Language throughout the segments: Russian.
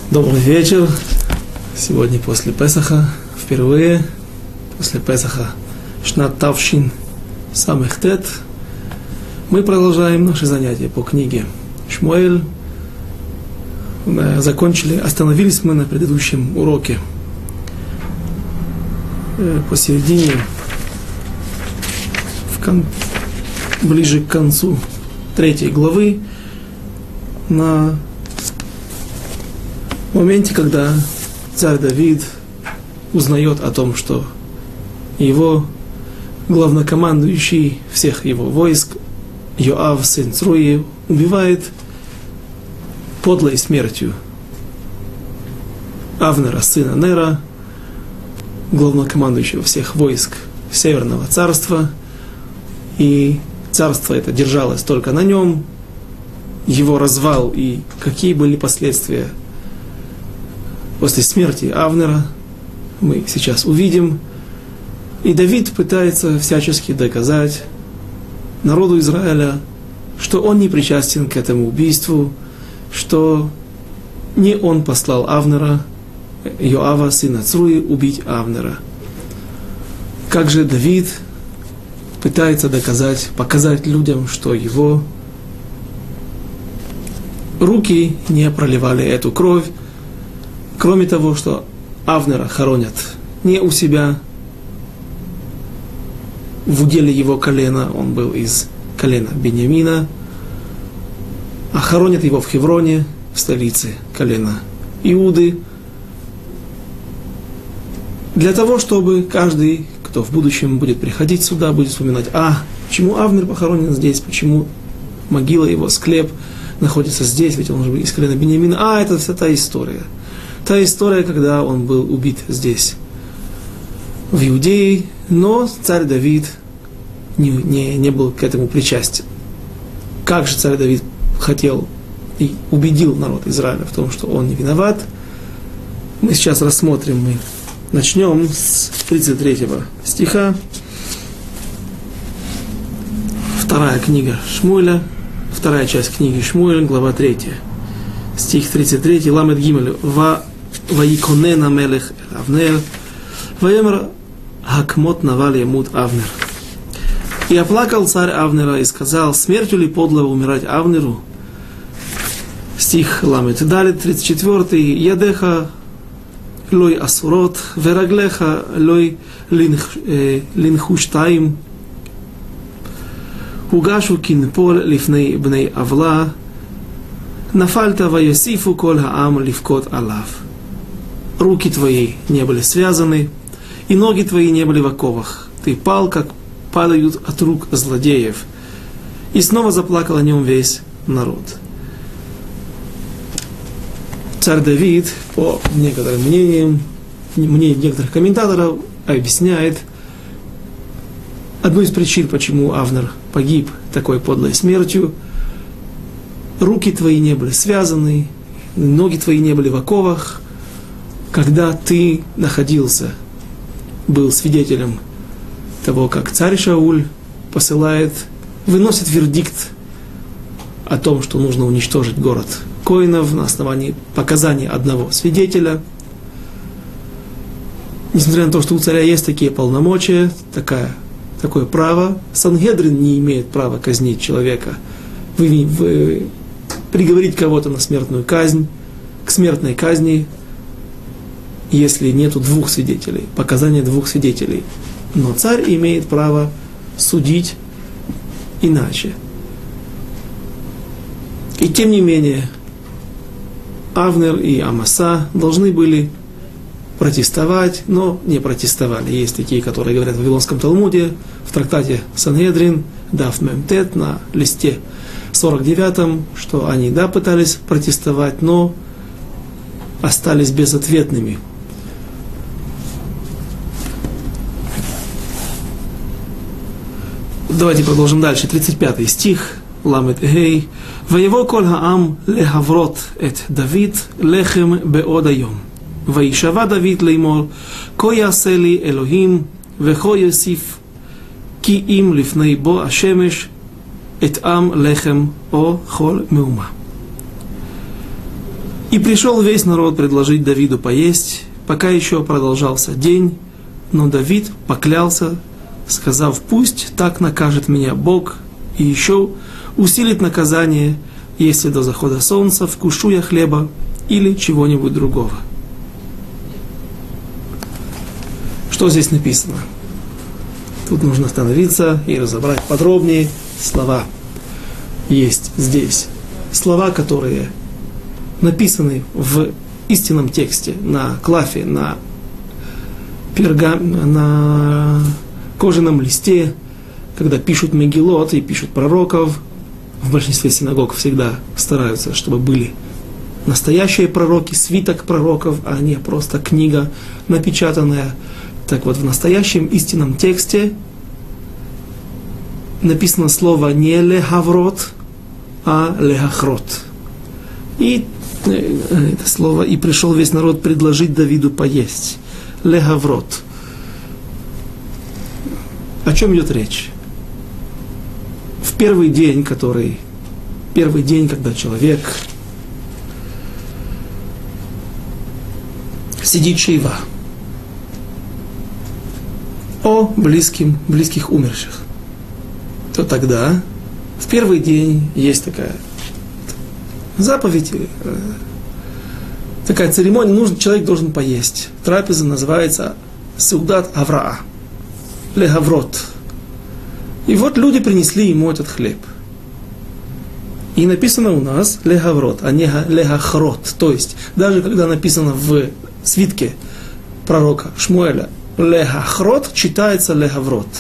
Добрый вечер. Сегодня после Песаха, впервые после Песаха, Шнат Тавшин Самех Тет, мы продолжаем наши занятия по книге Шмуэль. Остановились мы на предыдущем уроке посередине, ближе к концу 3 главы, на моменте, когда царь Давид узнает о том, что его главнокомандующий всех его войск, Йоав, сын Цруи, убивает подлой смертью Авнера, сына Нера, главнокомандующего всех войск Северного царства, и царство это держалось только на нем. Его развал и какие были последствия после смерти Авнера, мы сейчас увидим. И Давид пытается всячески доказать народу Израиля, что он не причастен к этому убийству, что не он послал Авнера, Йоава, сына Цруи, убить Авнера. Как же Давид пытается показать людям, что его руки не проливали эту кровь. Кроме того, что Авнера хоронят не у себя, в уделе его колена, он был из колена Беньямина, а хоронят его в Хевроне, в столице колена Иуды, для того, чтобы каждый, кто в будущем будет приходить сюда, будет вспоминать, почему Авнер похоронен здесь, почему могила его, склеп находится здесь, ведь он же из колена Беньямина. Это вся та история. Та история, когда он был убит здесь, в Иудее, но царь Давид не был к этому причастен. Как же царь Давид хотел и убедил народ Израиля в том, что он не виноват, мы сейчас рассмотрим. Мы начнем с 33 стиха. Вторая книга Шмуэля, вторая часть книги Шмуэль, глава 3. Стих 33. Ламед Гимель. Ваиконен амелех Авнер. Ваемер хакмот навал ямут Авнер. И оплакал царь Авнера и сказал: смертью ли подло умирать Авнеру? Стих Ламед Далит, 34. Ядеха лой асурот, вераглеха лой линхуштаим. Угашу кинпол лифней бней авла. Нафальта ваясифу коль хаам ливкот алав. Руки твои не были связаны, и ноги твои не были в оковах. Ты пал, как падают от рук злодеев. И снова заплакал о нем весь народ. Царь Давид, по некоторым мнениям, некоторых комментаторов, объясняет одну из причин, почему Авнер погиб такой подлой смертью. Руки твои не были связаны, ноги твои не были в оковах, когда ты был свидетелем того, как царь Шауль выносит вердикт о том, что нужно уничтожить город Коинов на основании показаний одного свидетеля. Несмотря на то, что у царя есть такие полномочия, такое право, Сангедрин не имеет права казнить человека, приговорить кого-то на смертную казнь, к смертной казни, если нету 2 свидетелей, показания 2 свидетелей. Но царь имеет право судить иначе. И тем не менее, Авнер и Амаса должны были протестовать, но не протестовали. Есть такие, которые говорят в Вавилонском Талмуде, в трактате Сангедрин, Даф Мемтет, на листе 49, что они, пытались протестовать, но остались безответными. Давайте продолжим дальше. 35 стих. Ламед Гей. Воево коль хаам лехаврот эт Давид лехем беод айом. Ваишава Давид леймор ко ясе ли Элохим вехо йосиф ки им лифней бо ашемеш эт ам лехем о хол меума. И пришел весь народ предложить Давиду поесть, пока еще продолжался день, но Давид поклялся, сказав: пусть так накажет меня Бог, и еще усилит наказание, если до захода солнца вкушу я хлеба или чего-нибудь другого. Что здесь написано? Тут нужно остановиться и разобрать подробнее слова. Есть здесь слова, которые написаны в истинном тексте, на клафе, на кожаном листе, когда пишут мегилот и пишут пророков. В большинстве синагог всегда стараются, чтобы были настоящие пророки, свиток пророков, а не просто книга напечатанная. Так вот, в настоящем истинном тексте написано слово не лехаврот, а лехахрот. И это слово «и пришел весь народ предложить Давиду поесть». Лехаврот. О чем идет речь? В первый день, когда человек сидит шейва о близких умерших, то тогда в первый день есть такая заповедь, такая церемония, человек должен поесть. Трапеза называется Сеудат Авраа, Лехаврот. И вот люди принесли ему этот хлеб. И написано у нас Лехаврот, а не Лехахрот. То есть, даже когда написано в свитке пророка Шмуэля Лехахрот, читается Лехаврот.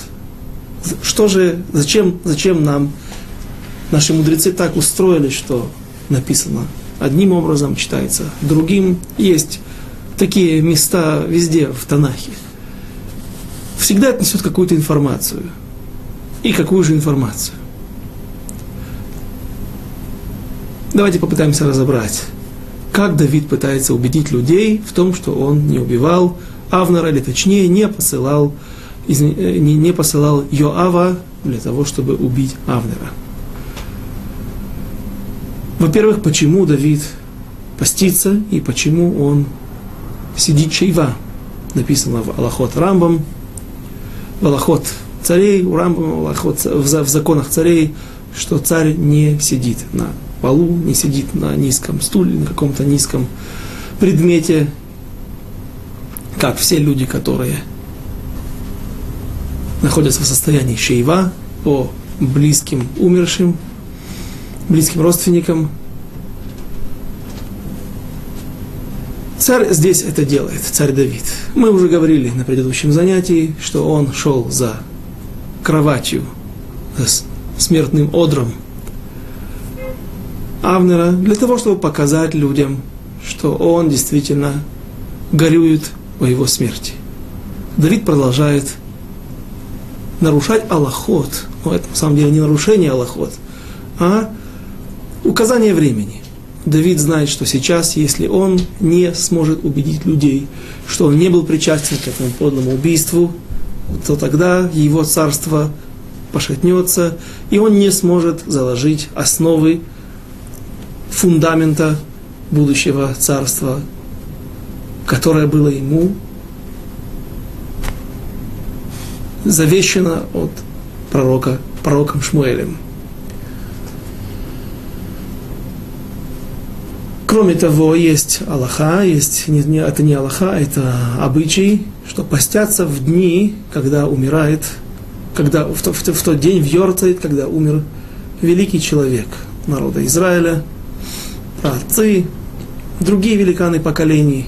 Зачем нам наши мудрецы так устроили, что написано одним образом, читается другим? Есть такие места везде в Танахе. Всегда это несет какую-то информацию. И какую же информацию? Давайте попытаемся разобрать, как Давид пытается убедить людей в том, что он не убивал Авнера, или точнее не посылал Йоава для того, чтобы убить Авнера. Во-первых, почему Давид постится и почему он сидит шейва? Написано в Алахот Рамбам, в Алахот царей, у Рамбама, в законах царей, что царь не сидит на полу, не сидит на низком стуле, на каком-то низком предмете, как все люди, которые находятся в состоянии шейва по близким умершим, близким родственникам. Царь здесь это делает, царь Давид. Мы уже говорили на предыдущем занятии, что он шел за кроватью, с смертным одром Авнера, для того, чтобы показать людям, что он действительно горюет о его смерти. Давид продолжает нарушать алахот, но это на самом деле не нарушение алахот, а указание времени. Давид знает, что сейчас, если он не сможет убедить людей, что он не был причастен к этому подлому убийству, то тогда его царство пошатнется, и он не сможет заложить основы фундамента будущего царства, которое было ему завещано от пророком Шмуэлем. Кроме того, есть алаха, это не алаха, это обычай, что постятся в дни, когда умирает, в тот день в Йорцайт, когда умер великий человек народа Израиля, праотцы, другие великаны поколений.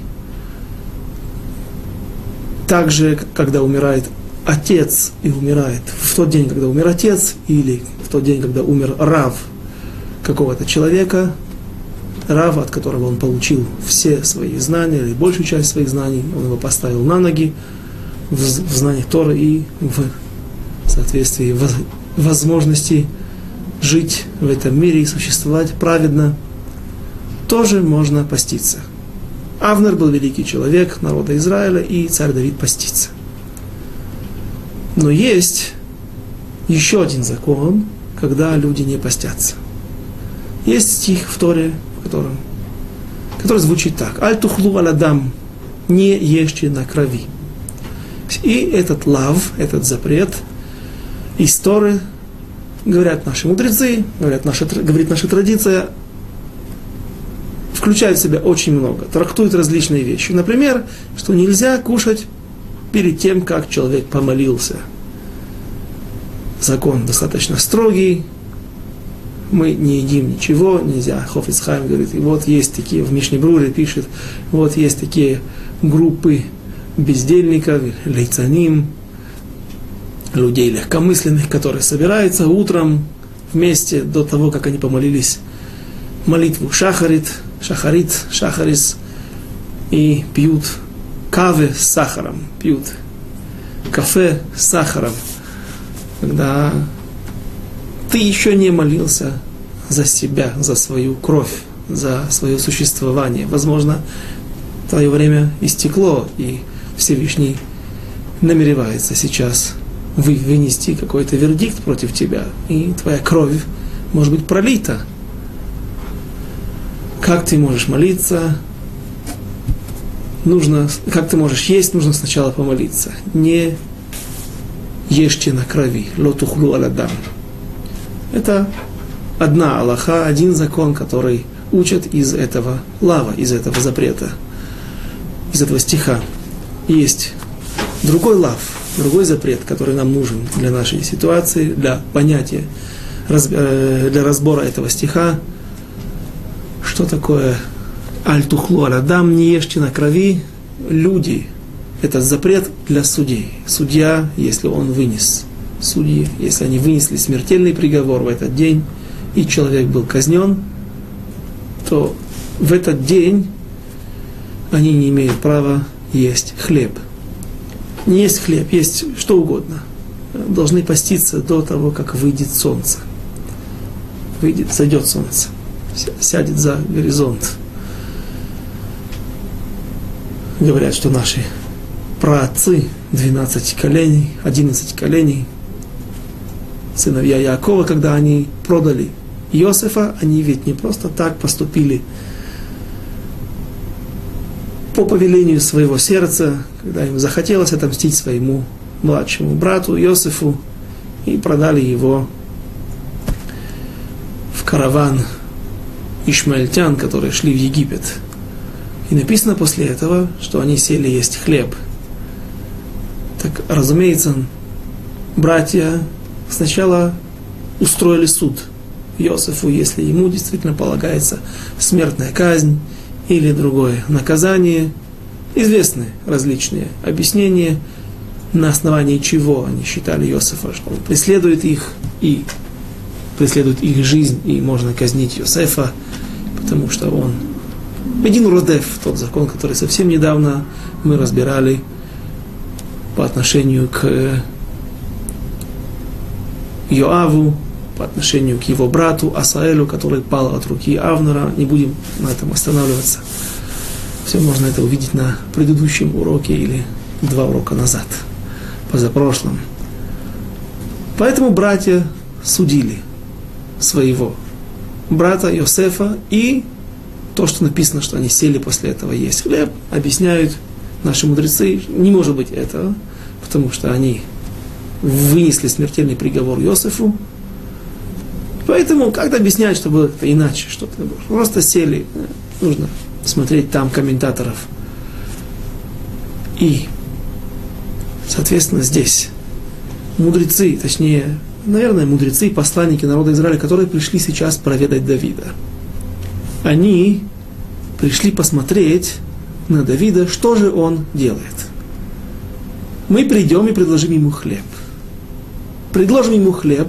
Также, когда умирает отец и умирает в тот день, когда умер отец, или в тот день, когда умер рав какого-то человека, рав, от которого он получил все свои знания, или большую часть своих знаний, он его поставил на ноги в знаниях Торы и в соответствии возможности жить в этом мире и существовать праведно, тоже можно поститься. Авнер был великий человек народа Израиля, и царь Давид постится. Но есть еще один закон, когда люди не постятся. Есть стих в Торе, в котором который звучит так. Аль-тухлу аладам, не ешьте на крови. И этот лав, этот запрет из Торы, говорят наши мудрецы, говорит наша традиция, включает в себя очень много, трактует различные вещи. Например, что нельзя кушать перед тем, как человек помолился. Закон достаточно строгий, мы не едим ничего, нельзя. Хафец Хаим говорит, и вот есть такие, в Мишне Бруре пишет, вот есть такие группы бездельников, лейцаним, людей легкомысленных, которые собираются утром вместе до того, как они помолились молитву шахарис, и пьют каве с сахаром, пьют кафе с сахаром, когда ты еще не молился за себя, за свою кровь, за свое существование. Возможно, твое время истекло, и Всевышний намеревается сейчас вынести какой-то вердикт против тебя, и твоя кровь может быть пролита. Как ты можешь молиться? Как ты можешь есть? Нужно сначала помолиться. Не ешьте на крови. Ло тухлу аладам. Это одна алаха, один закон, который учат из этого лава, из этого запрета, из этого стиха. Есть другой лав, другой запрет, который нам нужен для нашей ситуации, для понятия, для разбора этого стиха. Что такое аль-тухлу аладам, не ешьте на крови? Люди. Это запрет для судей. Судья, если он вынес, судьи, если они вынесли смертельный приговор в этот день, и человек был казнен, то в этот день они не имеют права есть хлеб. Не есть хлеб, есть что угодно. Должны поститься до того, как выйдет солнце. Зайдет солнце. Сядет за горизонт. Говорят, что наши праотцы, 12 коленей, 11 коленей, сыновья Яакова, когда они продали Иосифа, они ведь не просто так поступили по повелению своего сердца, когда им захотелось отомстить своему младшему брату Иосифу, и продали его в караван ишмаэльтян, которые шли в Египет. И написано после этого, что они сели есть хлеб. Так, разумеется, братья сначала устроили суд Иосифу, если ему действительно полагается смертная казнь или другое наказание. Известны различные объяснения, на основании чего они считали Иосифа, что он преследует их и преследует их жизнь, и можно казнить Иосифа, потому что он Медин Родеф, тот закон, который совсем недавно мы разбирали по отношению к Йоаву, по отношению к его брату Асаэлю, который пал от руки Авнера. Не будем на этом останавливаться. Все можно это увидеть на предыдущем уроке или 2 урока назад, позапрошлом. Поэтому братья судили своего брата Йосефа, и то, что написано, что они сели после этого есть хлеб, объясняют наши мудрецы, не может быть этого, потому что они вынесли смертельный приговор Йосефу. Поэтому как-то объяснять, что было как-то иначе, что-то просто сели. Нужно смотреть там комментаторов. И, соответственно, здесь мудрецы, точнее, наверное, мудрецы, посланники народа Израиля, которые пришли сейчас проведать Давида. Они пришли посмотреть на Давида, что же он делает. Мы придем и предложим ему хлеб. Предложим ему хлеб.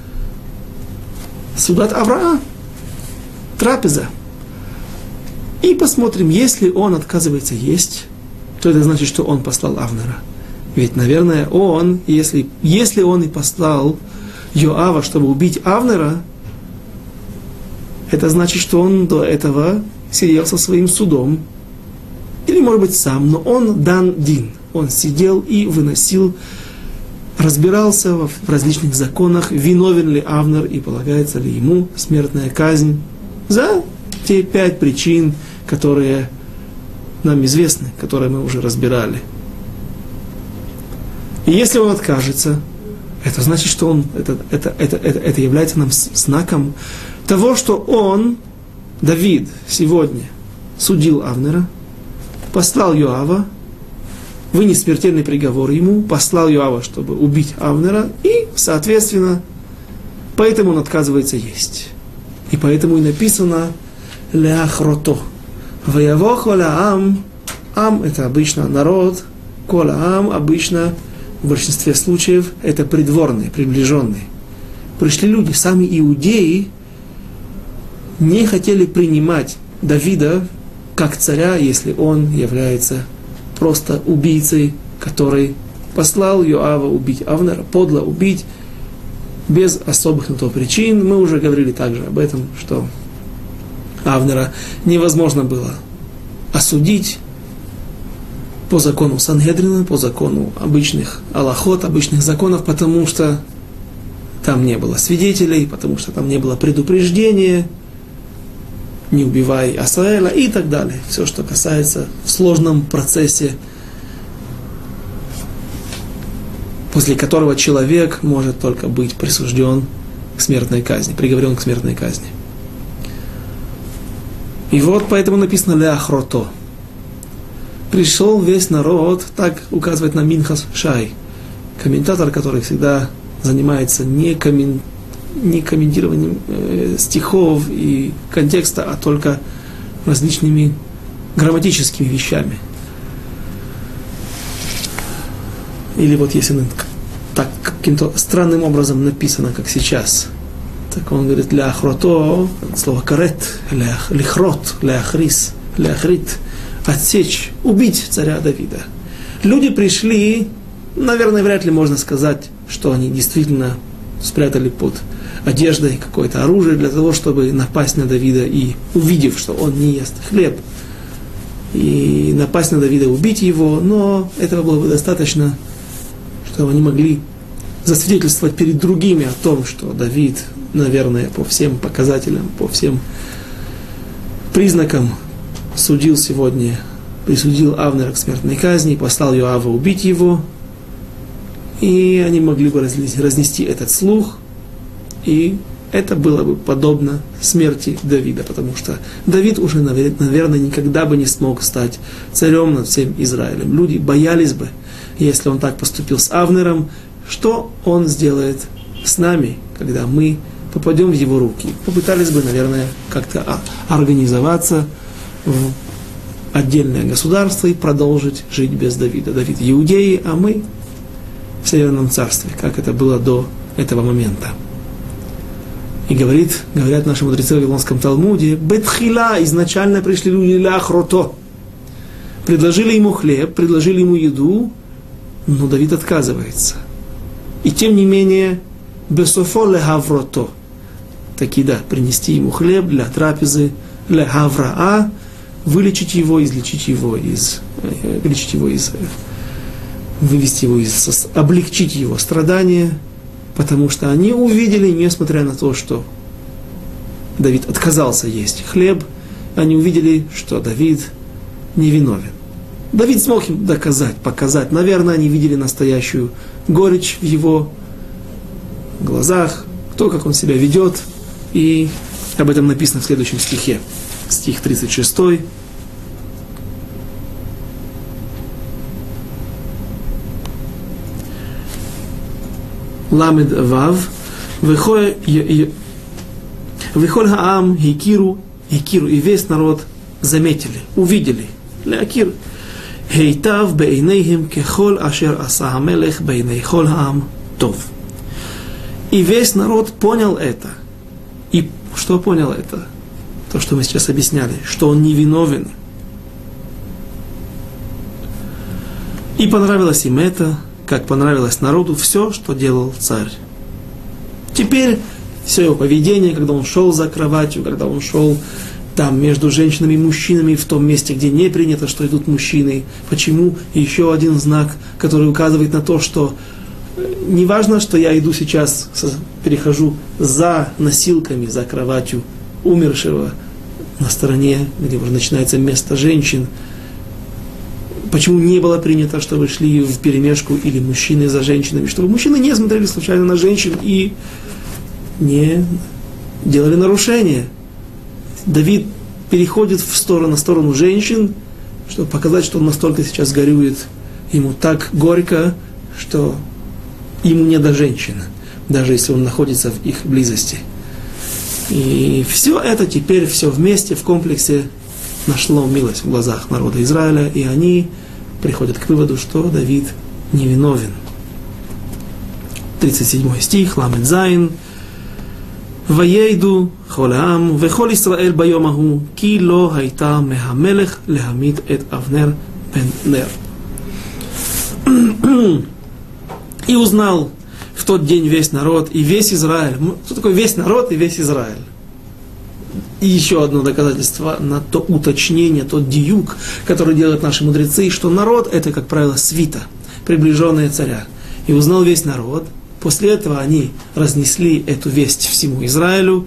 Судат Авраам. Трапеза. И посмотрим, если он отказывается есть, то это значит, что он послал Авнера. Ведь, наверное, он, если он и послал Йоава, чтобы убить Авнера, это значит, что он до этого сидел со своим судом, или, может быть, сам, но он дан дин. Он сидел и выносил, разбирался в различных законах, виновен ли Авнер и полагается ли ему смертная казнь за те 5 причин, которые нам известны, которые мы уже разбирали. И если он откажется, это значит, что это является нам знаком того, что он, Давид, сегодня судил Авнера, послал Йоава, вынес смертельный приговор ему, послал Йоава, чтобы убить Авнера, и, соответственно, поэтому он отказывается есть. И поэтому и написано «Леахрото». «Ваявохо лаам». Ам – это обычно народ, «Колаам» обычно, в большинстве случаев, это придворные, приближенные. Пришли люди, сами иудеи не хотели принимать Давида как царя, если он является просто убийцей, который послал Йоава убить Авнера, подло убить, без особых на то причин. Мы уже говорили также об этом, что Авнера невозможно было осудить по закону Сангедрина, по закону обычных алахот, обычных законов, потому что там не было свидетелей, потому что там не было предупреждения, не убивай Асраэля и так далее. Все, что касается в сложном процессе, после которого человек может только быть присужден к смертной казни, приговорен к смертной казни. И вот поэтому написано «Леахрото». Пришел весь народ, так указывает на Минхас Шай, комментатор, который всегда занимается не комментированием стихов и контекста, а только различными грамматическими вещами. Или вот если так каким-то странным образом написано, как сейчас, так он говорит «ляхрото», слово «карет», «лихрот», «ляхрис», «ляхрит», «отсечь», «убить» царя Давида. Люди пришли, наверное, вряд ли можно сказать, что они действительно спрятали под одеждой какое-то оружие для того, чтобы напасть на Давида и, увидев, что он не ест хлеб, и напасть на Давида, убить его, но этого было бы достаточно, чтобы они могли засвидетельствовать перед другими о том, что Давид, наверное, по всем показателям, по всем признакам присудил Авнера к смертной казни, послал Йоава убить его, и они могли бы разнести этот слух, и это было бы подобно смерти Давида, потому что Давид уже, наверное, никогда бы не смог стать царем над всем Израилем. Люди боялись бы, если он так поступил с Авнером, что он сделает с нами, когда мы попадем в его руки. Попытались бы, наверное, как-то организоваться в отдельное государство и продолжить жить без Давида. Давид иудеи, а мы в Северном Царстве, как это было до этого момента. И говорят наши мудрецы в Вавилонском Талмуде, «Бетхила» изначально пришли люди «Ляхрото». Предложили ему хлеб, предложили ему еду, но Давид отказывается. И тем не менее, «Бесофо лехаврото». Таки да, принести ему хлеб для трапезы, лехавраа, вылечить его, облегчить его страдания, потому что они увидели, несмотря на то, что Давид отказался есть хлеб, они увидели, что Давид невиновен. Давид смог им показать. Наверное, они видели настоящую горечь в его глазах, то, как он себя ведет, и об этом написано в следующем стихе. Стих 36. Ламед Вав, Вихоль Хаам Хикиру, и весь народ заметили, увидели. Леакир. Хейтав бейнейхим кехоль ашер аса хамелех бейней холь хаам тов. И весь народ понял это. И что понял это? То, что мы сейчас объясняли, что он невиновен. И понравилось им это, как понравилось народу все, что делал царь. Теперь все его поведение, когда он шел за кроватью, когда он шел там между женщинами и мужчинами, в том месте, где не принято, что идут мужчины. Почему? Еще один знак, который указывает на то, что не важно, что я иду сейчас, перехожу за носилками, за кроватью умершего на стороне, где уже начинается место женщин. Почему не было принято, чтобы шли в перемешку или мужчины за женщинами, чтобы мужчины не смотрели случайно на женщин и не делали нарушения. Давид переходит на сторону женщин, чтобы показать, что он настолько сейчас горюет, ему так горько, что ему не до женщин, даже если он находится в их близости. И все это теперь, все вместе, в комплексе нашло милость в глазах народа Израиля, и они приходят к выводу, что Давид невиновен. 37 стих, Ламед Зайн. ויעדו כל העם וכל ישראל ביום ההוא כי לא הייתה מהמלך להמית את אבנר בן נר. И узнал в тот день весь народ и весь Израиль. Что такое весь народ и весь Израиль? И еще одно доказательство на то уточнение, тот диюк, который делают наши мудрецы, что народ это, как правило, свита, приближенные царя. И узнал весь народ. После этого они разнесли эту весть всему Израилю.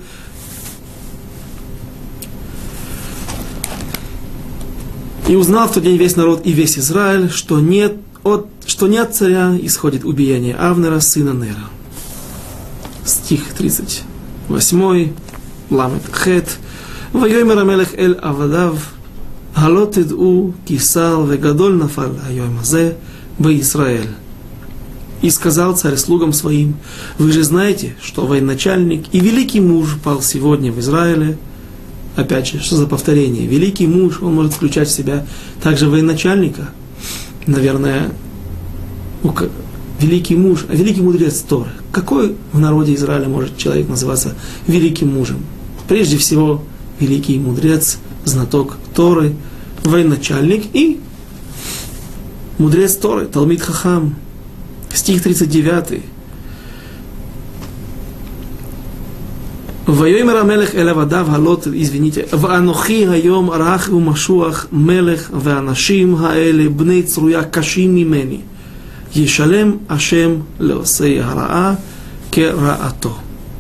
И узнал в тот день весь народ и весь Израиль, что не от царя исходит убиение Авнера, сына Нера. Стих 38. Ламет Хет. ויאמר המלך אל עבדיו, הלא תדעו כי שר וגדול נפל היום הזה בישראל. И сказал царь слугам своим: вы же знаете, что военачальник и великий муж пал сегодня в Израиле. Опять же, что за повторение? Великий муж, он может включать в себя также военачальника. Наверное, великий муж, а великий мудрец Торы. Какой в народе Израиля может человек называться великим мужем? Прежде всего, великий мудрец, знаток Торы, военачальник и мудрец Торы, Талмид Хахам. Стих 39. ויאמר המלך אל עבדיו הלא, извините, ואנוכי היום רך ומשוח מלך והאנשים האלה בני צרויה קשים ממני ישלם השם לעושי הרעה כרעתו.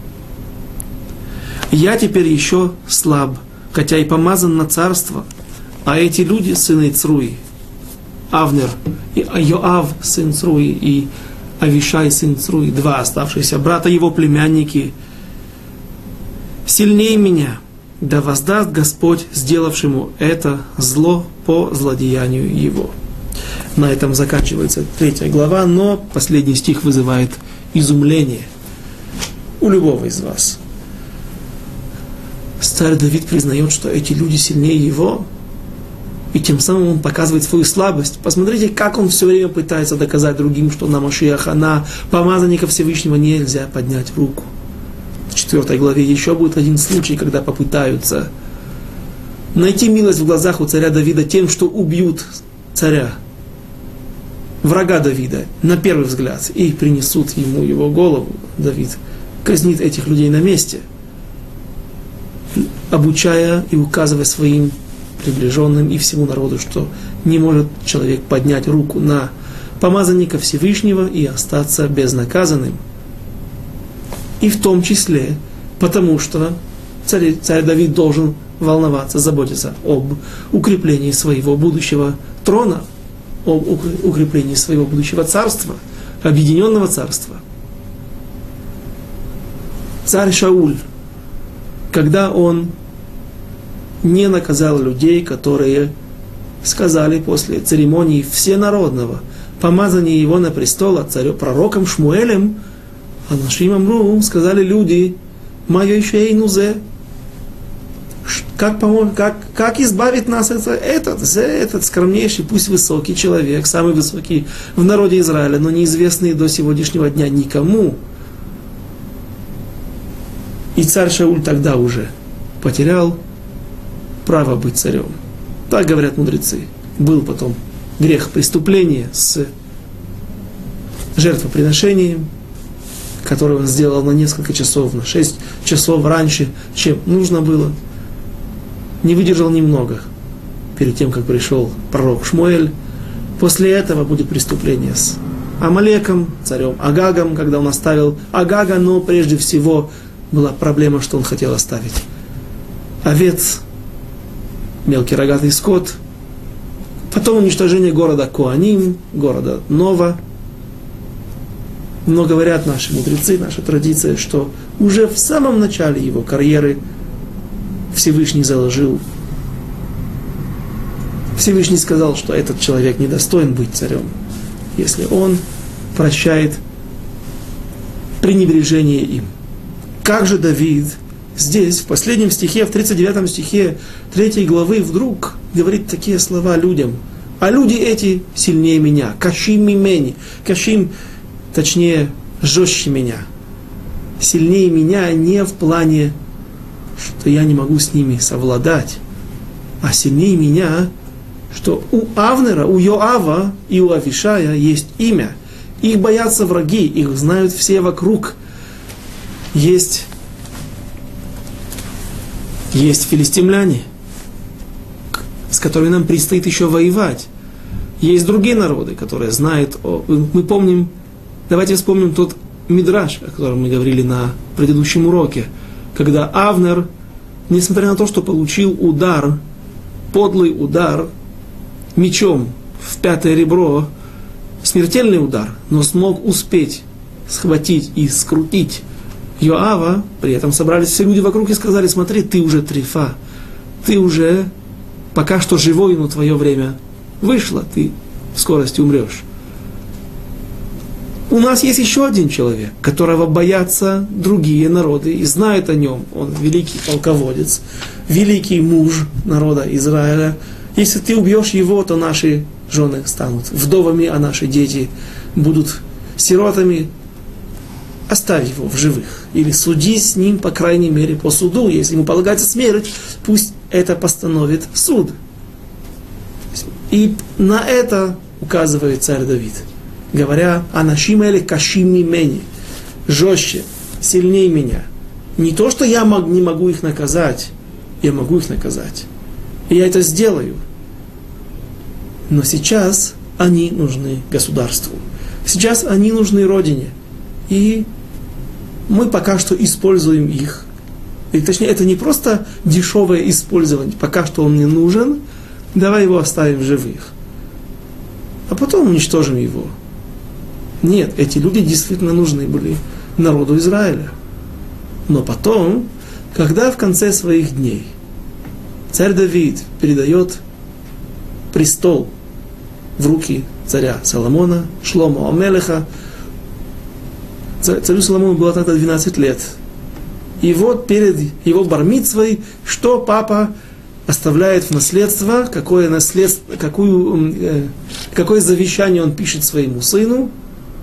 Я теперь еще слаб, хотя и помазан на царство, а эти люди, сыны Цруи, Авнер, и Йоав, сын Цруи, и Авишай, сын Цруи, два оставшиеся брата, его племянники, сильнее меня, да воздаст Господь сделавшему это зло по злодеянию его. На этом заканчивается 3 глава, но последний стих вызывает изумление у любого из вас. Царь Давид признает, что эти люди сильнее его, и тем самым он показывает свою слабость. Посмотрите, как он все время пытается доказать другим, что на Машиаха, на помазанника Всевышнего нельзя поднять руку. В 4 главе еще будет один случай, когда попытаются найти милость в глазах у царя Давида тем, что убьют царя, врага Давида, на первый взгляд, и принесут ему его голову. Давид казнит этих людей на месте, обучая и указывая своим приближенным и всему народу, что не может человек поднять руку на помазанника Всевышнего и остаться безнаказанным. И в том числе, потому что царь Давид должен волноваться, заботиться об укреплении своего будущего трона, об укреплении своего будущего царства, объединенного царства. Царь Шауль, когда он не наказал людей, которые сказали после церемонии всенародного помазания его на престол царем пророком Шмуэлем, а нашим Амру сказали люди: «Майо еще и нузе». Как избавить нас этот скромнейший, пусть высокий человек, самый высокий в народе Израиля, но неизвестный до сегодняшнего дня никому. И царь Шауль тогда уже потерял право быть царем. Так говорят мудрецы. Был потом грех преступления с жертвоприношением, которое он сделал на несколько часов, на 6 часов раньше, чем нужно было. Не выдержал немного перед тем, как пришел пророк Шмуэль. После этого будет преступление с Амалеком, царем Агагом, когда он оставил Агага, но прежде всего была проблема, что он хотел оставить овец мелкий рогатый скот. Потом уничтожение города Коаним, города Нова. Но говорят наши мудрецы, наша традиция, что уже в самом начале его карьеры Всевышний заложил. Всевышний сказал, что этот человек недостоин быть царем, если он прощает пренебрежение им. Как же Давид здесь, в последнем стихе, в 39 стихе 3 главы, вдруг говорит такие слова людям. А люди эти сильнее меня. Кашим мимени. Кашим, точнее, жестче меня. Сильнее меня не в плане, что я не могу с ними совладать, а сильнее меня, что у Авнера, у Йоава и у Авишая есть имя. Их боятся враги, их знают все вокруг. Есть филистимляне, с которыми нам предстоит еще воевать. Есть другие народы, которые знают мы помним, давайте вспомним тот мидраш, о котором мы говорили на предыдущем уроке, когда Авнер, несмотря на то, что получил удар, подлый удар мечом в пятое ребро, смертельный удар, но смог успеть схватить и скрутить Йоава, при этом собрались все люди вокруг и сказали: смотри, ты уже трифа, ты уже пока что живой, но твое время вышло, ты в скорости умрешь. У нас есть еще один человек, которого боятся другие народы и знают о нем. Он великий полководец, великий муж народа Израиля. Если ты убьешь его, то наши жены станут вдовами, а наши дети будут сиротами. Оставь его в живых. Или суди с ним, по крайней мере, по суду. Если ему полагается смерть, пусть это постановит суд. И на это указывает царь Давид, говоря: «Анашим эле кашим мимени», жестче, сильнее меня. Не то, что я не могу их наказать, я могу их наказать. И я это сделаю. Но сейчас они нужны государству. Сейчас они нужны родине. И мы пока что используем их. И, точнее, это не просто дешевое использование. Пока что он мне нужен, давай его оставим в живых. А потом уничтожим его. Нет, эти люди действительно нужны были народу Израиля. Но потом, когда в конце своих дней царь Давид передает престол в руки царя Соломона, Шломо Амелеха, царю Соломону было тогда 12 лет. И вот перед его бар-мицвой, что папа оставляет в наследство, какое завещание он пишет своему сыну: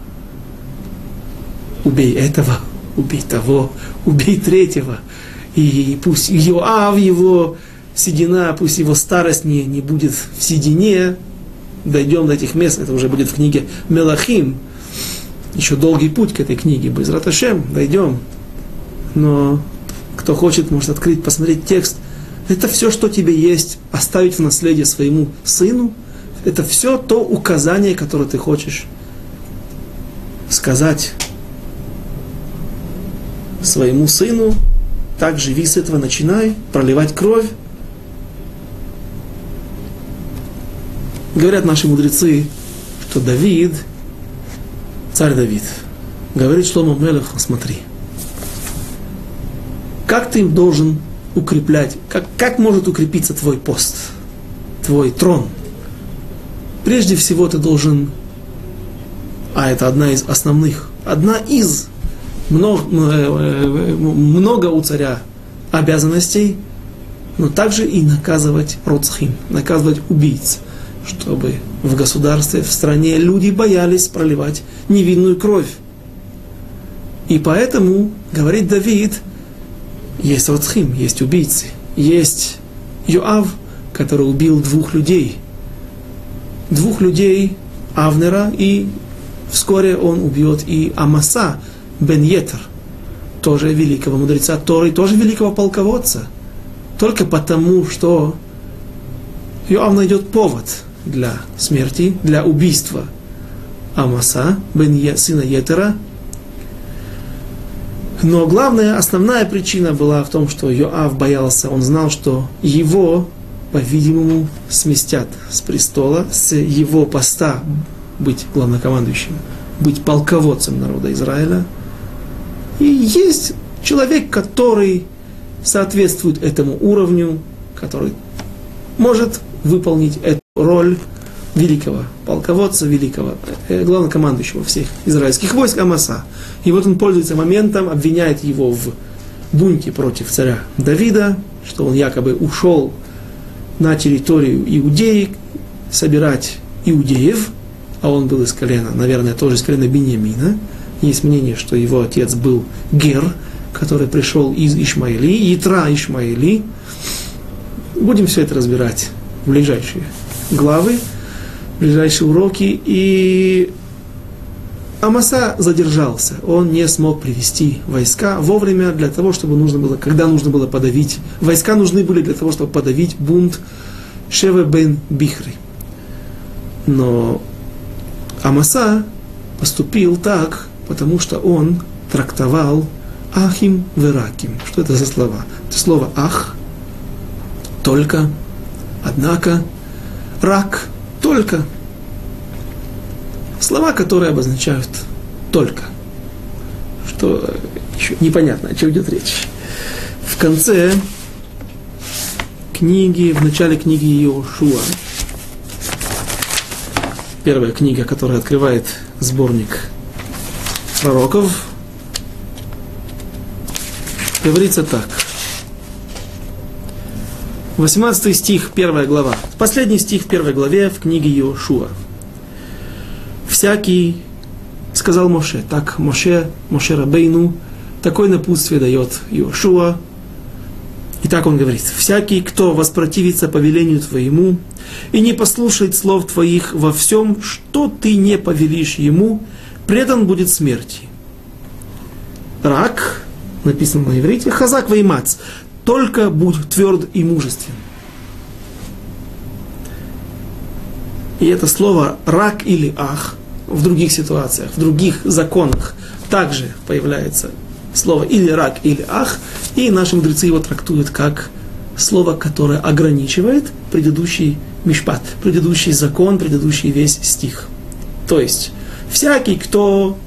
убей этого, убей того, убей третьего. И пусть Йоав, его седина, пусть его старость не будет в седине. Дойдем до этих мест, это уже будет в книге Мелахим. Еще долгий путь к этой книге, Бе'эзрат Ашем, дойдем. Но кто хочет, может открыть, посмотреть текст. Это все, что тебе есть, оставить в наследие своему сыну. Это все то указание, которое ты хочешь сказать своему сыну. Так живи с этого, начинай проливать кровь. Говорят наши мудрецы, что Давид, царь Давид, говорит Шломо Мелеху: смотри, как ты должен укреплять, как может укрепиться твой пост, твой трон. Прежде всего ты должен, а это одна из много у царя обязанностей, но также и наказывать роцхим, наказывать убийц, чтобы в государстве, в стране люди боялись проливать невинную кровь. И поэтому, говорит Давид, есть роцхим, есть убийцы, есть Йоав, который убил двух людей, Авнера, и вскоре он убьет и Амаса бен Йетер, тоже великого мудреца Торы, тоже великого полководца, только потому, что Йоав найдет повод для смерти, для убийства Амаса, сына Йетера. Но главная, основная причина была в том, что Йоав боялся, он знал, что его по-видимому, сместят с престола, с его поста быть главнокомандующим, быть полководцем народа Израиля. И есть человек, который соответствует этому уровню, который может выполнить эту роль великого полководца, великого главнокомандующего всех израильских войск Амаса. И вот он пользуется моментом, обвиняет его в бунте против царя Давида, что он якобы ушел на территорию Иудеи собирать иудеев, а он был из колена, наверное, тоже из колена Биньямина. Есть мнение, что его отец был Гер, который пришел из Ишмаили, Ятра Ишмаили. Будем все это разбирать в ближайшие главы, в ближайшие уроки. И Амаса задержался, он не смог привести войска вовремя для того, чтобы нужно было, когда нужно было подавить. Войска нужны были для того, чтобы подавить бунт Шеве бен Бихри. Но Амаса поступил так, потому что он трактовал ахим вераким. Что это за слова? Это слово ах, только, однако, рак, только. Слова, которые обозначают только. Что еще непонятно, о чем идет речь. В конце книги, в начале книги Йошуа, первая книга, которая открывает сборник пророков, говорится так. 18 стих, 1 глава. Последний стих в 1 главе в книге Йошуа. Всякий, сказал Моше, так Моше Рабейну, такое напутствие дает Йошуа. И так он говорит: всякий, кто воспротивится повелению твоему и не послушает слов твоих во всем, что ты не повелишь ему, предан будет смерти. Рак, написано на иврите, хазак ваймац, только будь тверд и мужествен. И это слово рак или ах в других ситуациях, в других законах также появляется слово или рак, или ах, и наши мудрецы его трактуют как слово, которое ограничивает предыдущий мишпат, предыдущий закон, предыдущий весь стих. То есть, всякий, кто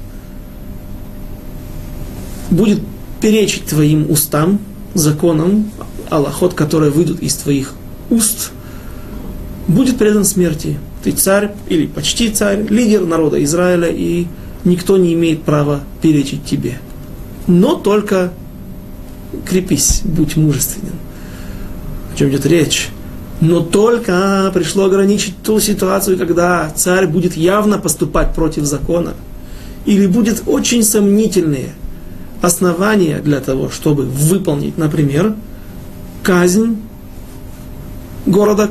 будет перечить твоим устам, законам, аллахот, которые выйдут из твоих уст, будет предан смерти. Ты царь, или почти царь, лидер народа Израиля, и никто не имеет права перечить тебе. Но только крепись, будь мужественен. О чем идет речь? Но только пришло ограничить ту ситуацию, когда царь будет явно поступать против закона, или будет очень сомнительные основания для того, чтобы выполнить, например, казнь города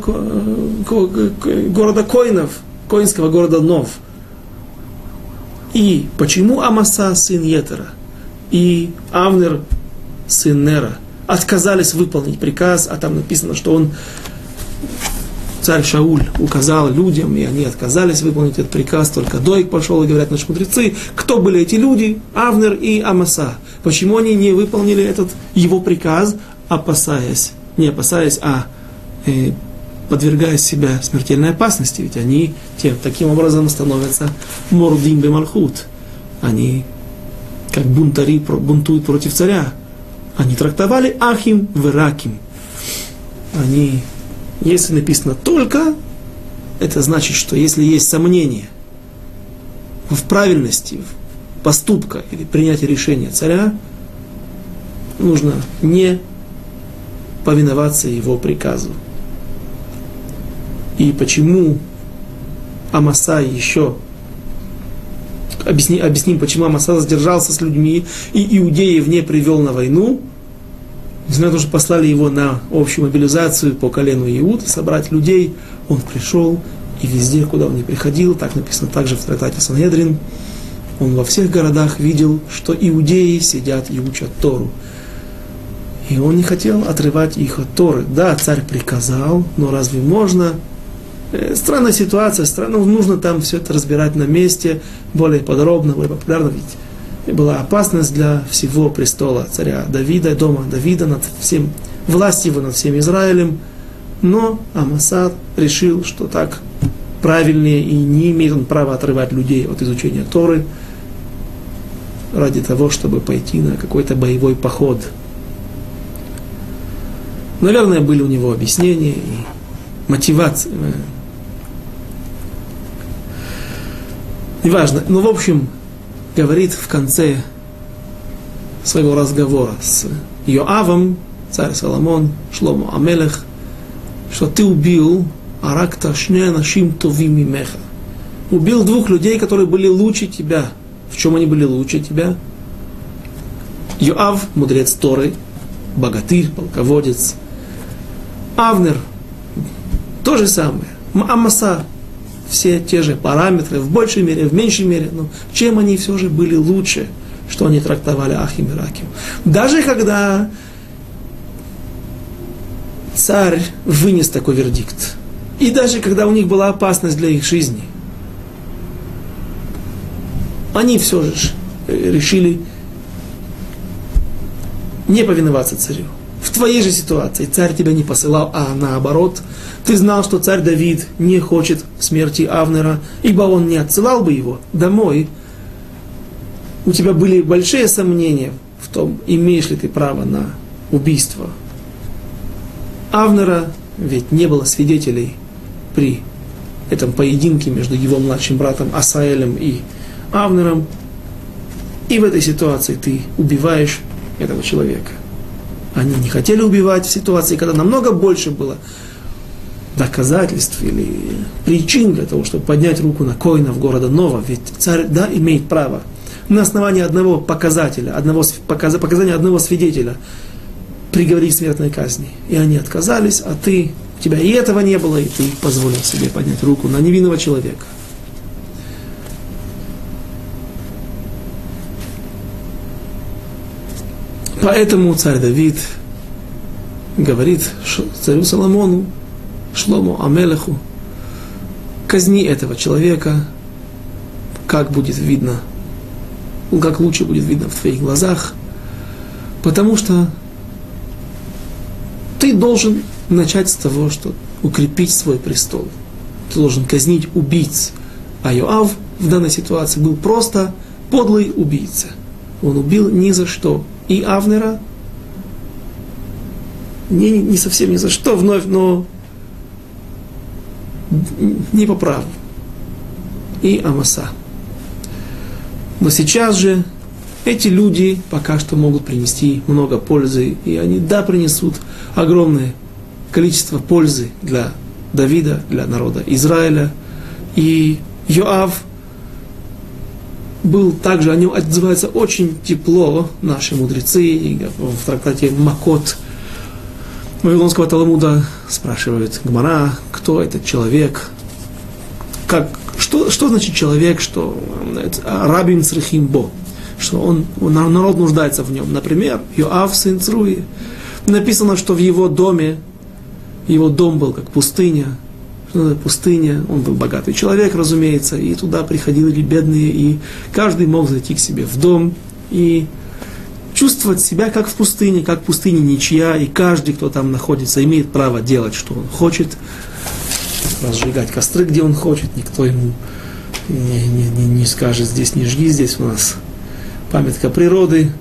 Коинов, коинского города Нов. И почему Амаса, сын Йетера, и Авнер, сын Нера, отказались выполнить приказ, а там написано, что он, царь Шауль, указал людям, и они отказались выполнить этот приказ, только Доик пошел, и говорят наши мудрецы, кто были эти люди, Авнер и Амаса. Почему они не выполнили этот его приказ, подвергая себя смертельной опасности, ведь они таким образом становятся мордим бемалхут. Они, как бунтари, бунтуют против царя. Они трактовали ахим вераким. Они, если написано только, это значит, что если есть сомнение в правильности поступка или принятия решения царя, нужно не повиноваться его приказу. И почему Амаса еще, объясним, почему Амаса задержался с людьми и иудеев не привел на войну. Несмотря на то, что послали его на общую мобилизацию по колену Иуд, собрать людей, он пришел, и везде, куда он не приходил, так написано также в трактате Сангедрин, он во всех городах видел, что иудеи сидят и учат Тору. И он не хотел отрывать их от Торы. Да, царь приказал, но разве можно? Странная ситуация, нужно там все это разбирать на месте, более подробно, более популярно, ведь была опасность для всего престола царя Давида, дома Давида, над всем, власть его над всем Израилем. Но Амаса решил, что так правильнее, и не имеет он права отрывать людей от изучения Торы ради того, чтобы пойти на какой-то боевой поход. Наверное, были у него объяснения и мотивации. Неважно. Но, в общем, говорит в конце своего разговора с Йоавом, царь Соломон, Шломо Амелех, что ты убил Аракта шне нашим товим мимеха. Убил двух людей, которые были лучше тебя. В чем они были лучше тебя? Йоав, мудрец Торы, богатырь, полководец. Авнер, то же самое. Амаса, все те же параметры, в большей мере, в меньшей мере. Но чем они все же были лучше, что они трактовали Ахим и Раким. Даже когда царь вынес такой вердикт, и даже когда у них была опасность для их жизни, они все же решили не повиноваться царю. В твоей же ситуации царь тебя не посылал, а наоборот, ты знал, что царь Давид не хочет смерти Авнера, ибо он не отсылал бы его домой. У тебя были большие сомнения в том, имеешь ли ты право на убийство Авнера, ведь не было свидетелей при этом поединке между его младшим братом Асаэлем и Авнером, и в этой ситуации ты убиваешь этого человека. Они не хотели убивать в ситуации, когда намного больше было доказательств или причин для того, чтобы поднять руку на коинов города Нова. Ведь царь, да, имеет право на основании одного показателя, показания одного свидетеля приговорить к смертной казни. И они отказались, а ты, у тебя и этого не было, и ты позволил себе поднять руку на невинного человека. Поэтому царь Давид говорит царю Соломону, Шлому Амелеху, казни этого человека, как будет видно, как лучше будет видно в твоих глазах, потому что ты должен начать с того, что укрепить свой престол. Ты должен казнить убийц. А Йоав в данной ситуации был просто подлый убийца. Он убил ни за что. И Авнера, не совсем ни за что, вновь, но не по праву. И Амаса. Но сейчас же эти люди пока что могут принести много пользы, и они, да, принесут огромное количество пользы для Давида, для народа Израиля. И Йоав был также, о нем отзываются очень тепло наши мудрецы. В трактате Макот Вавилонского Талмуда спрашивают Гмара, кто этот человек, что значит человек, что рабин црихим бо, что народ нуждается в нем. Например, Йоав, сын Цруи. Написано, что в его доме, его дом был как пустыня. Пустыня, он был богатый человек, разумеется, и туда приходили бедные, и каждый мог зайти к себе в дом и чувствовать себя как в пустыне ничья, и каждый, кто там находится, имеет право делать, что он хочет, разжигать костры, где он хочет, никто ему не скажет, здесь не жги, здесь у нас памятка природы.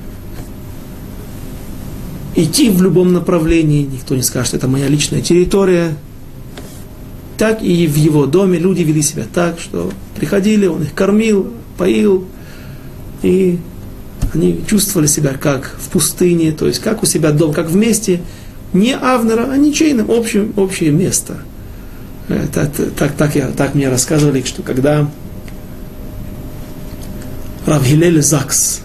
Идти в любом направлении, никто не скажет, это моя личная территория. Так и в его доме люди вели себя так, что приходили, он их кормил, поил, и они чувствовали себя как в пустыне, то есть как у себя дом, как вместе, не Авнера, а ничейным, общее место. Так мне рассказывали, что когда Рав Гилель Закс,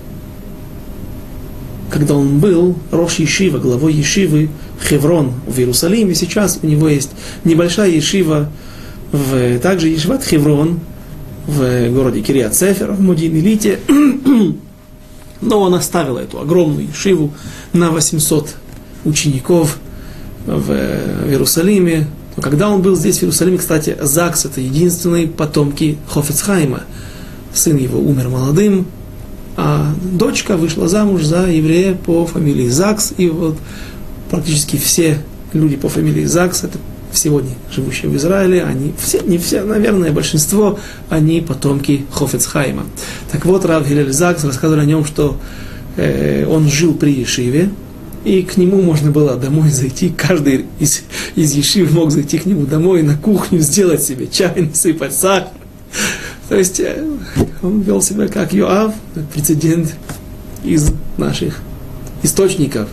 когда он был рош Ешива, главой Ешивы Хеврон в Иерусалиме, сейчас у него есть небольшая Ешива, также Ешиват Хеврон в городе Кирьят-Сефер, в Модин-Илите, но он оставил эту огромную Ешиву на 800 учеников в Иерусалиме. Но когда он был здесь, в Иерусалиме, кстати, Закс — это единственные потомки Хофец Хаима. Сын его умер молодым, а дочка вышла замуж за еврея по фамилии Закс, и вот практически все люди по фамилии Закс, это сегодня живущие в Израиле, они все, не все, наверное, большинство, они потомки Хофец Хаима. Так вот, Рав Гилель Закс рассказывал о нем, что он жил при Ешиве, и к нему можно было домой зайти, каждый из Ешивы мог зайти к нему домой на кухню, сделать себе чай, насыпать сахар. То есть он вел себя как Йоав, прецедент из наших источников.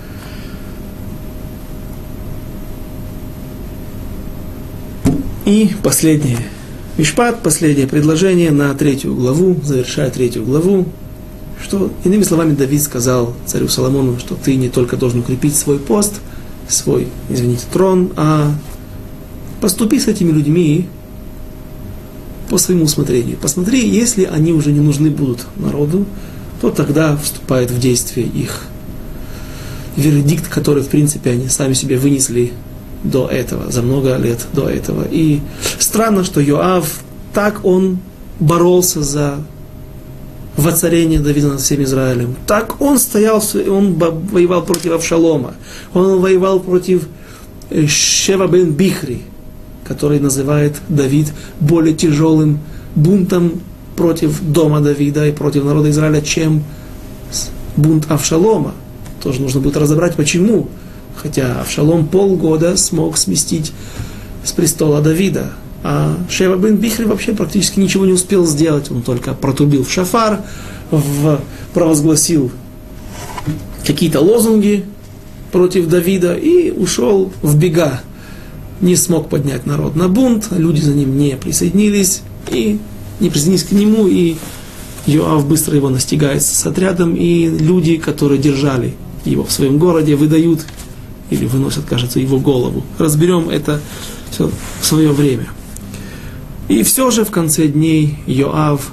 И последнее мишпат, последнее предложение на 3 главу, завершая 3 главу, что, иными словами, Давид сказал царю Соломону, что ты не только должен укрепить свой пост, свой, трон, а поступи с этими людьми по своему усмотрению. Посмотри, если они уже не нужны будут народу, то тогда вступает в действие их вердикт, который, в принципе, они сами себе вынесли до этого, за много лет до этого. И странно, что Йоав, так он боролся за воцарение Давида над всем Израилем. Так он стоял, он воевал против Авшалома, он воевал против Шева бен Бихри, который называет Давид более тяжелым бунтом против дома Давида и против народа Израиля, чем бунт Авшалома. Тоже нужно будет разобрать, почему. Хотя Авшалом полгода смог сместить с престола Давида, а Шева бен Бихри вообще практически ничего не успел сделать. Он только протрубил в шафар, провозгласил какие-то лозунги против Давида и ушел в бега. Не смог поднять народ на бунт, люди за ним не присоединились к нему, и Йоав быстро его настигает с отрядом, и люди, которые держали его в своем городе, выдают или выносят, кажется, его голову. Разберем это все в свое время. И все же в конце дней Йоав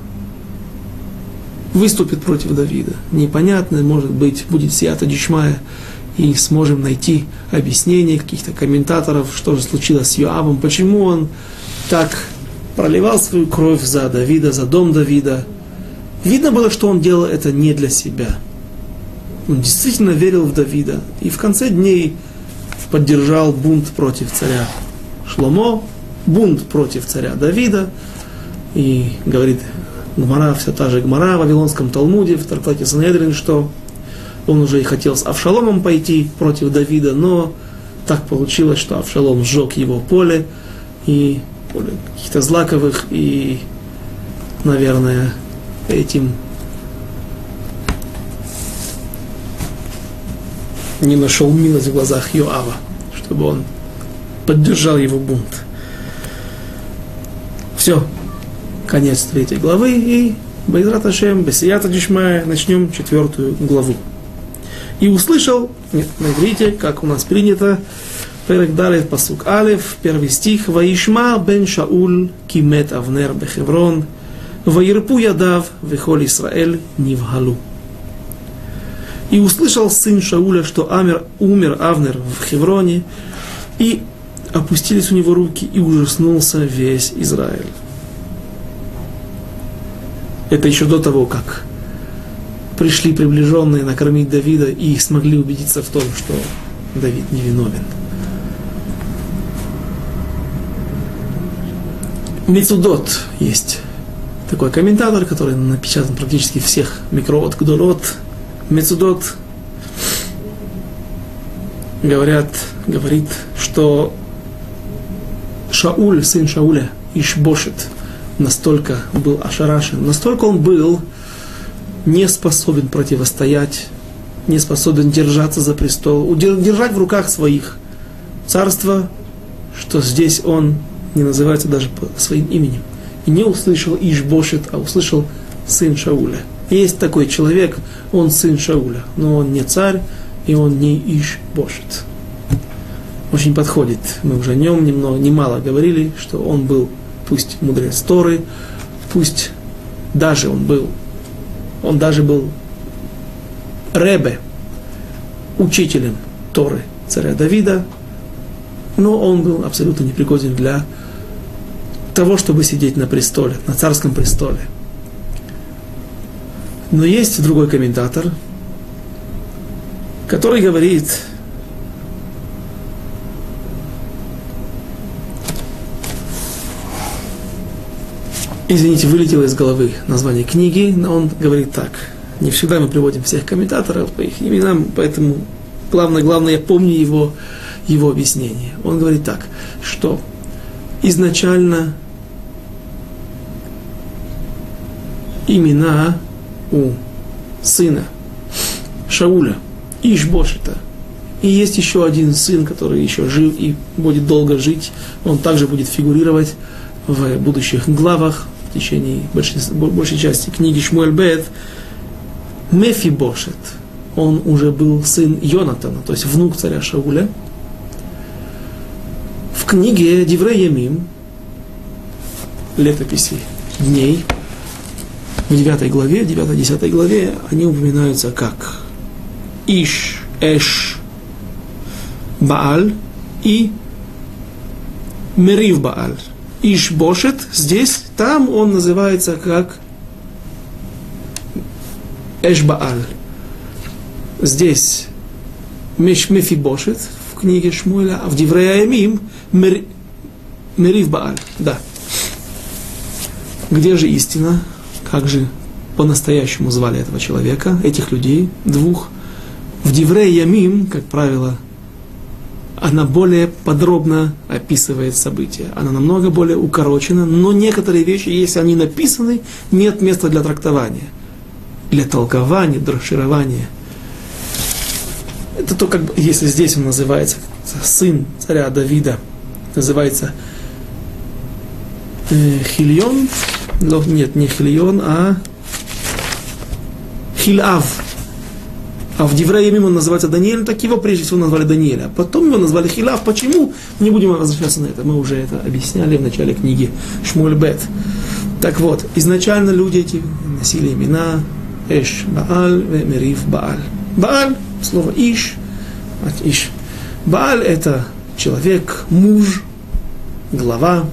выступит против Давида. Непонятно, может быть, будет сията дишмая, и сможем найти объяснение каких-то комментаторов, что же случилось с Йоавом, почему он так проливал свою кровь за Давида, за дом Давида. Видно было, что он делал это не для себя. Он действительно верил в Давида. И в конце дней поддержал бунт против царя Шломо, бунт против царя Давида. И говорит Гмара, вся та же Гмара в Вавилонском Талмуде, в трактате Санедрин, что он уже и хотел с Авшаломом пойти против Давида, но так получилось, что Авшалом сжег его поле, и поле каких-то злаковых, и, наверное, этим не нашел милость в глазах Йоава, чтобы он поддержал его бунт. Все, конец 3 главы, и Бейзрат Ашем, Бесията Дишмая, начнем 4 главу. И услышал, нет, на иврите, как у нас принято, Перек Далет Пасук Алеф, 1 стих, Ваишма бен Шауль кимет Авнер бехеврон, Ваирпу ядав вехоль Исраэль нивгалу. И услышал сын Шауля, что умер Авнер в Хевроне, и опустились у него руки, и ужаснулся весь Израиль. Это еще до того, как пришли приближенные накормить Давида и смогли убедиться в том, что Давид невиновен. Мецудот есть такой комментатор, который напечатан практически всех микроот, гдолот. Мецудот говорит, что Шауль, сын Шауля, Ишбошет, настолько был ошарашен, настолько он был не способен противостоять, не способен держаться за престол, держать в руках своих царства, что здесь он не называется даже по своим именем. И не услышал Ишбошет, а услышал сын Шауля. Есть такой человек, он сын Шауля, но он не царь, и он не Ишбошет. Очень подходит. Мы уже о нем немало говорили, что он был, пусть мудрец Торы, пусть даже он даже был ребе, учителем Торы царя Давида, но он был абсолютно непригоден для того, чтобы сидеть на престоле, на царском престоле. Но есть другой комментатор, который говорит, Извините, вылетело из головы название книги, но он говорит так. Не всегда мы приводим всех комментаторов по их именам, поэтому главное, я помню его объяснение. Он говорит так, что изначально имена у сына Шауля, Иш-Бошета, и есть еще один сын, который еще жив и будет долго жить, он также будет фигурировать в будущих главах в течение большей части книги Шмуэль Бет. Мефибошет, он уже был сын Йонатана, то есть внук царя Шауля. В книге Диврей Ямим, летописи дней, в 9 главе, 9-10 главе, они упоминаются как Иш, Эш, Бааль и Мерив Бааль. Иш Бошет, здесь, там он называется как Эш Бааль. Здесь Мефибошет в книге Шмуэля, а в Диврей Ямим Мерив Бааль. Да. Где же истина? Как же по-настоящему звали этого человека, этих людей, двух? В Диврей Ямим, как правило, она более подробно описывает события. Она намного более укорочена, но некоторые вещи, если они написаны, нет места для трактования, для толкования, дроширования. Это то, как бы, если здесь он называется сын царя Давида, называется Хильон, нет, не Хильон, а Хилав. А в Диврей Ямим он называется Даниэль, так его прежде всего назвали Даниэля. Потом его назвали Хилав. Почему? Не будем возвращаться на это. Мы уже это объясняли в начале книги Шмуэль Бет. Так вот, изначально люди эти носили имена Эш Бааль и Мерив Бааль. Бааль, слово Иш, от Иш. Бааль это человек, муж, глава.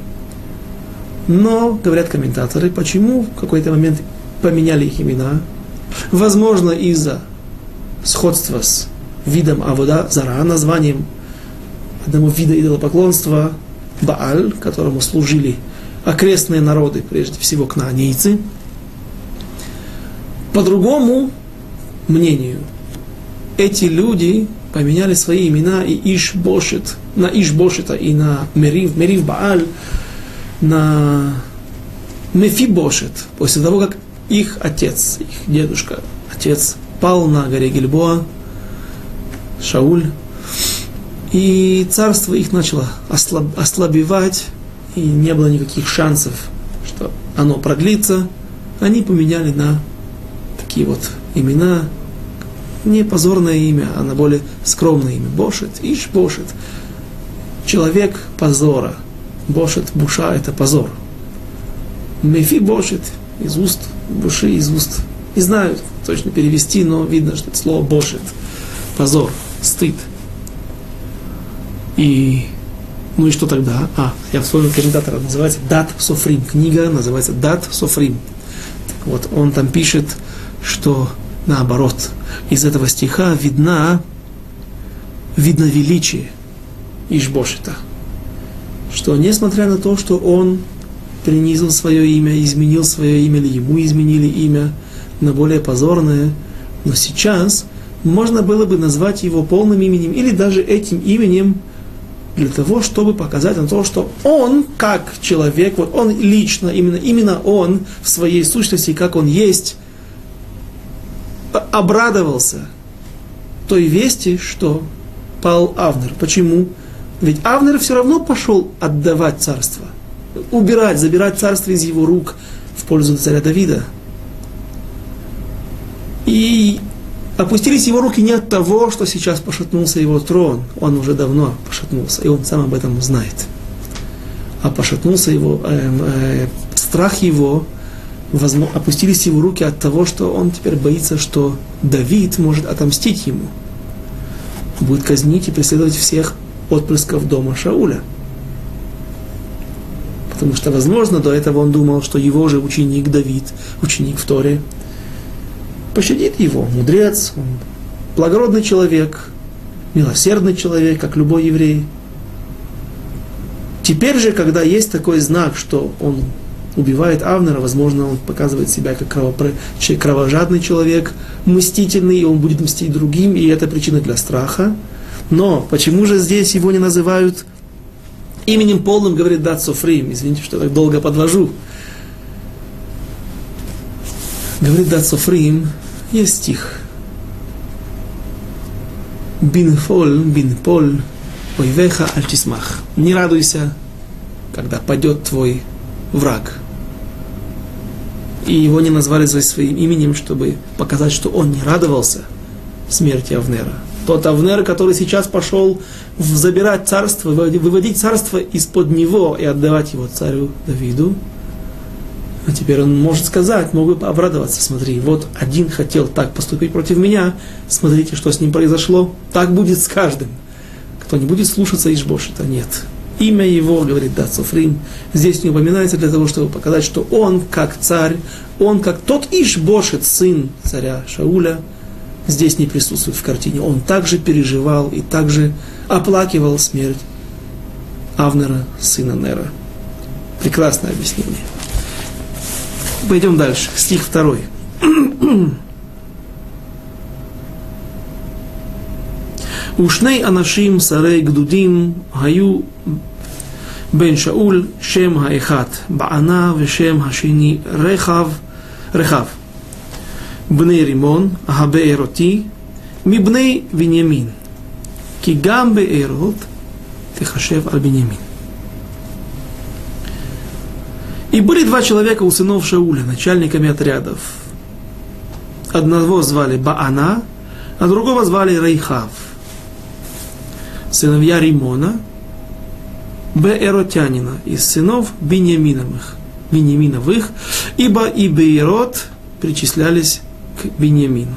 Но, говорят комментаторы, почему в какой-то момент поменяли их имена? Возможно, из-за сходства с видом Авода Зара, названием одного вида идолопоклонства Бааль, которому служили окрестные народы, прежде всего кнаанейцы. По другому мнению, эти люди поменяли свои имена и Иш-Бошет, на Иш-Бошета и на Мерив Бааль, на Мефибошет, после того, как их отец, их дедушка, отец пал на горе Гильбоа, Шауль, и царство их начало ослабевать, и не было никаких шансов, что оно продлится. Они поменяли на такие вот имена, не позорное имя, а на более скромное имя. Бошет, Иш Бошет, человек позора. Бошет, буша – это позор. Мефи Бошет, из уст буши, из уст. Не знаю точно перевести, но видно, что это слово бошет. Позор, стыд. И, ну и что тогда? Я вспомнил комментатора, называется Дат Софрим. Книга называется Дат Софрим. Так вот, он там пишет, что наоборот, из этого стиха видно величие Иш-Бошета. Что несмотря на то, что он принизил свое имя, изменил свое имя, или ему изменили имя на более позорное, но сейчас можно было бы назвать его полным именем или даже этим именем для того, чтобы показать на то, что он, как человек, вот он лично, именно он в своей сущности, как он есть, обрадовался той вести, что пал Авнер. Почему? Ведь Авнер все равно пошел отдавать царство, забирать царство из его рук в пользу царя Давида. И опустились его руки не от того, что сейчас пошатнулся его трон, он уже давно пошатнулся, и он сам об этом знает. А пошатнулся его, страх его, опустились его руки от того, что он теперь боится, что Давид может отомстить ему, будет казнить и преследовать всех отпрысков дома Шауля. Потому что, возможно, до этого он думал, что его же ученик Давид, ученик в Торе, пощадит его, мудрец, он благородный человек, милосердный человек, как любой еврей. Теперь же, когда есть такой знак, что он убивает Авнера, возможно, он показывает себя как кровожадный человек, мстительный, и он будет мстить другим, и это причина для страха. Но почему же здесь его не называют именем полным, говорит Дат Софрим? Извините, что я так долго подвожу. Говорит Дат Софрим, есть стих. Бин-поль, ойвеха аль-тисмах. Не радуйся, когда падет твой враг. И его не назвали своим именем, чтобы показать, что он не радовался смерти Авнера. Тот Авнер, который сейчас пошел забирать царство, выводить царство из-под него и отдавать его царю Давиду. А теперь он может сказать, мог бы обрадоваться, смотри, вот один хотел так поступить против меня, смотрите, что с ним произошло, так будет с каждым. Кто не будет слушаться Иш-бошета, нет. Имя его, говорит Дат Софрим, здесь не упоминается для того, чтобы показать, что он как царь, он как тот Иш-бошет, сын царя Шауля, здесь не присутствует в картине. Он также переживал и также оплакивал смерть Авнера, сына Нера. Прекрасное объяснение. Пойдем дальше. Стих 2. Ушней анашим сарей гдудим хаю бен Шауль шем хаэхат ба'ана вешем хашини рехав בני רימון, הבארותי, מבני בנימין. כי גם בארות תחשב על בנימין. И были два человека у сынов Шауля, начальниками отрядов. Одного звали Баана, а другого звали Рейхав. Сыновья Римона, Беэротянина, из сынов Беньяминовых, ибо и Беэрот причислялись к Беньямину.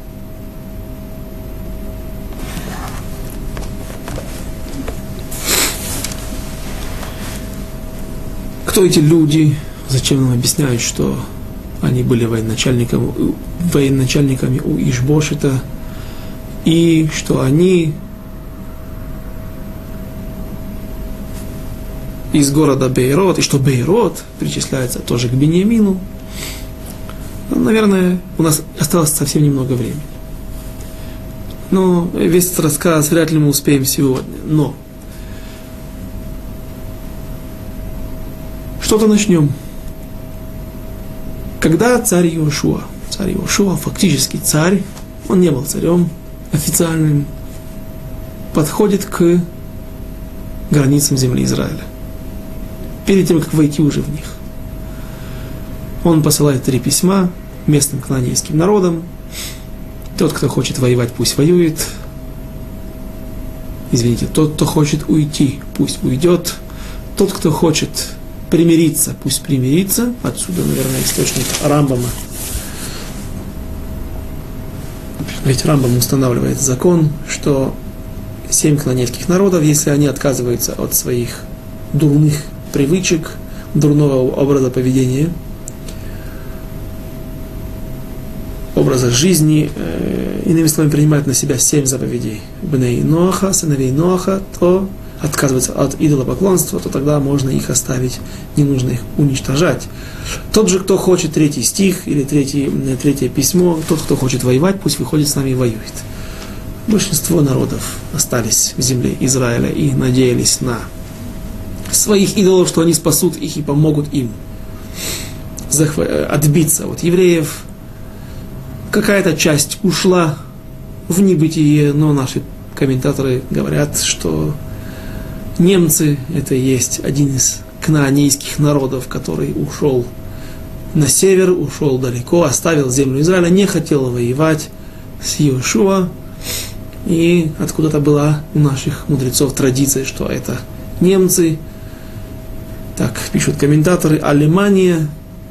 Кто эти люди? Зачем нам объясняют, что они были военачальниками у Иш-бошета, и что они из города Бейрот, и что Бейрот причисляется тоже к Беньямину? Наверное, у нас осталось совсем немного времени. Но весь этот рассказ вряд ли мы успеем сегодня. Но что-то начнем. Когда царь Иошуа фактически царь, он не был царем официальным, подходит к границам земли Израиля. Перед тем, как войти уже в них. Он посылает 3 письма местным кнаанейским народам. Тот, кто хочет воевать, пусть воюет. Тот, кто хочет уйти, пусть уйдет. Тот, кто хочет примириться, пусть примирится. Отсюда, наверное, источник Рамбама. Ведь Рамбам устанавливает закон, что 7 кнаанейских народов, если они отказываются от своих дурных привычек, дурного образа поведения, образа жизни, иными словами, принимают на себя 7 заповедей Бней Ноаха, сыновей Ноаха, то отказываются от идолопоклонства, то тогда можно их оставить, не нужно их уничтожать. Тот же, кто хочет 3 стих или 3 письмо, тот, кто хочет воевать, пусть выходит с нами и воюет. Большинство народов остались в земле Израиля и надеялись на своих идолов, что они спасут их и помогут им отбиться от евреев. Какая-то часть ушла в небытие, но наши комментаторы говорят, что немцы — это и есть один из кнаанейских народов, который ушел на север, ушел далеко, оставил землю Израиля, не хотел воевать с Иошуа. И откуда-то была у наших мудрецов традиция, что это немцы. Так пишут комментаторы, Алемания.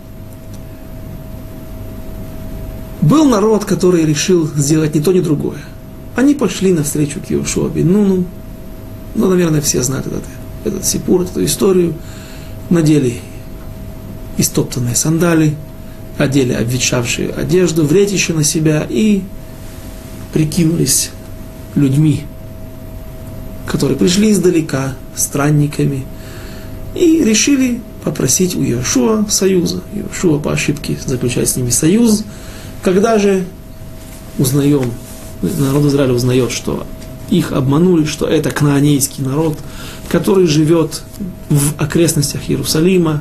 Был народ, который решил сделать ни то, ни другое. Они пошли навстречу к Иошуа бен Нуну. Ну, наверное, все знают этот сипур, эту историю. Надели истоптанные сандали, одели обветшавшую одежду, вретище на себя и прикинулись людьми, которые пришли издалека, странниками, и решили попросить у Йошуа союза. Йошуа по ошибке заключает с ними союз. Когда же народ Израиля узнает, что их обманули, что это кнаанейский народ, который живет в окрестностях Иерусалима,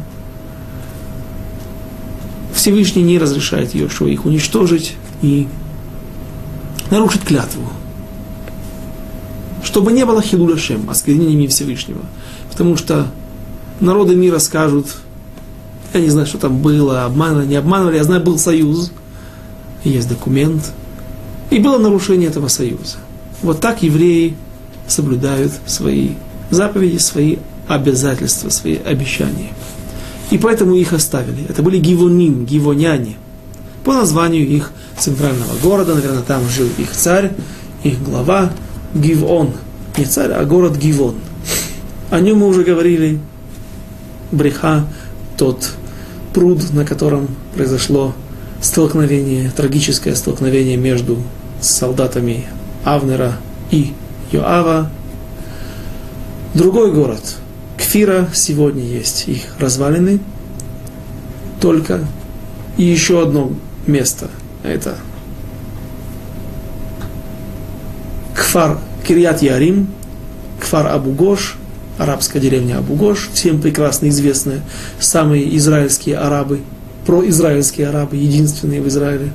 Всевышний не разрешает Йошуа их уничтожить и нарушить клятву, чтобы не было хилуля шем, осквернения Всевышнего. Потому что народы мира скажут: я не знаю, что там было, обманывали, не обманывали, я знаю, был союз, есть документ, и было нарушение этого союза. Вот так евреи соблюдают свои заповеди, свои обязательства, свои обещания. И поэтому их оставили. Это были гивоним, гивоняне. По названию их центрального города, наверное, там жил их царь, их глава Гивон. Не царь, а город Гивон. О нем мы уже говорили. Бреха, тот пруд, на котором произошло столкновение, трагическое столкновение между солдатами Авнера и Йоава. Другой город, Кфира, сегодня есть их развалины, только. И еще одно место, это Кфар Кирьят-Ярим, Кфар Абу-Гош, арабская деревня Абу-Гош, всем прекрасно известные самые израильские арабы, произраильские арабы, единственные в Израиле.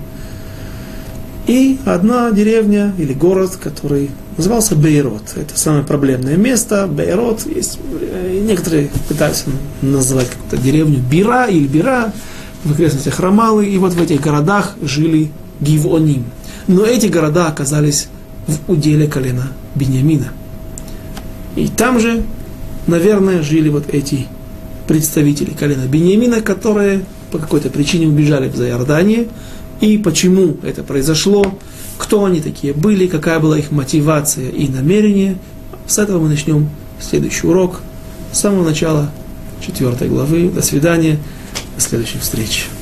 И одна деревня или город, который назывался Бейрот. Это самое проблемное место. Бейрот есть. Некоторые пытаются называть какую-то деревню Бира или Бира в окрестностях Рамалы. И вот в этих городах жили Гивоним. Но эти города оказались в уделе колена Биньямина. И там же, наверное, жили вот эти представители колена Биньямина, которые по какой-то причине убежали в Иорданию. И почему это произошло, кто они такие были, какая была их мотивация и намерение. С этого мы начнем следующий урок. С самого начала 4 главы. До свидания. До следующих встреч.